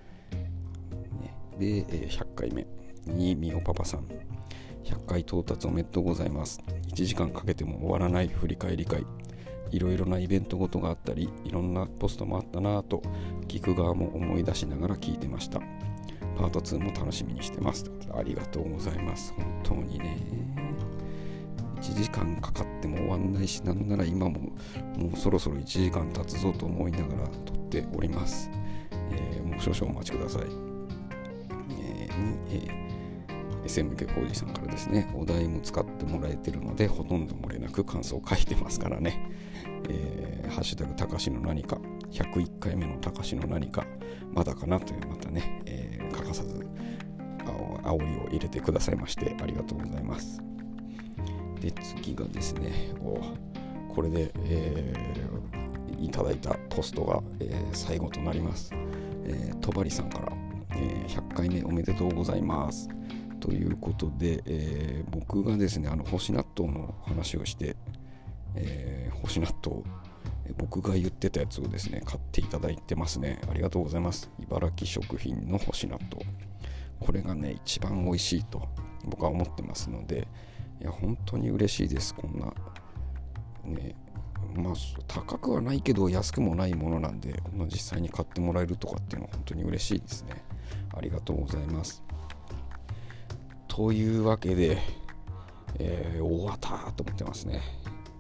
で、100回目にみおパパさん、100回到達おめでとうございます。1時間かけても終わらない振り返り会。 いろいろなイベントごとがあったり、いろんなポストもあったなぁと聞く側も思い出しながら聞いてました。パート2も楽しみにしてます。ありがとうございます。本当にね、1時間かかっても終わんないし、なんなら今ももうそろそろ1時間経つぞと思いながら撮っております。もう少々お待ちください。SMK コージさんからですね、お題も使ってもらえてるのでほとんど漏れなく感想を書いてますからね。ハッシュタグたかしの何か、101回目のたかしの何かまだかなという、またね、欠かさず煽りを入れてくださいましてありがとうございます。で、次がですね、これで、いただいたポストが、最後となります。とばりさんから、100回目おめでとうございますということで、僕がですね干し納豆の話をして、干し納豆、僕が言ってたやつをですね買っていただいてますね。ありがとうございます。茨城食品の干し納豆、これがね一番美味しいと僕は思ってますので、いや本当に嬉しいです。こんなね、まあ高くはないけど安くもないものなんで、実際に買ってもらえるとかっていうのは本当に嬉しいですね。ありがとうございます。というわけで、終わったと思ってますね。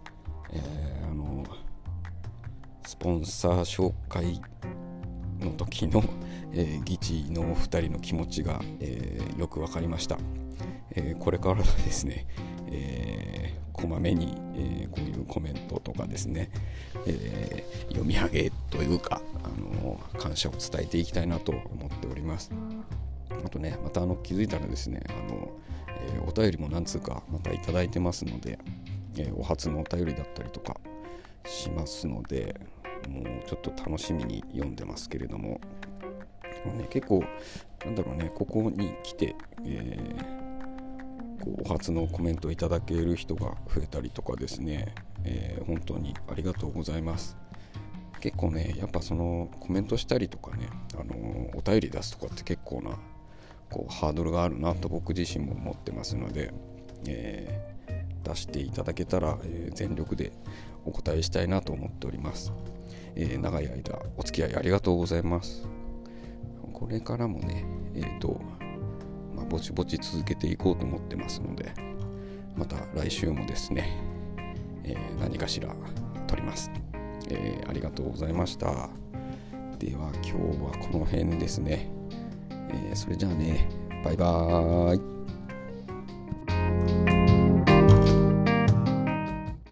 スポンサー紹介の時の、議事のお二人の気持ちが、よくわかりました。これからですね、こまめに、こういうコメントとかですね、読み上げというか感謝を伝えていきたいなと思っております。あとね、また気づいたらですね、お便りも何通かまたいただいてますので、お初のお便りだったりとかしますので、もうちょっと楽しみに読んでますけれども、結構なんだろうね、ここに来て、お初のコメントをいただける人が増えたりとかですね、本当にありがとうございます。結構ね、やっぱそのコメントしたりとかね、お便り出すとかって結構なハードルがあるなと僕自身も思ってますので、出していただけたら、全力でお答えしたいなと思っております。長い間お付き合いありがとうございます。これからもね、ぼちぼち続けていこうと思ってますので、また来週もですね、何かしら撮ります。ありがとうございました。では今日はこの辺ですね。それじゃあね、バイバーイ。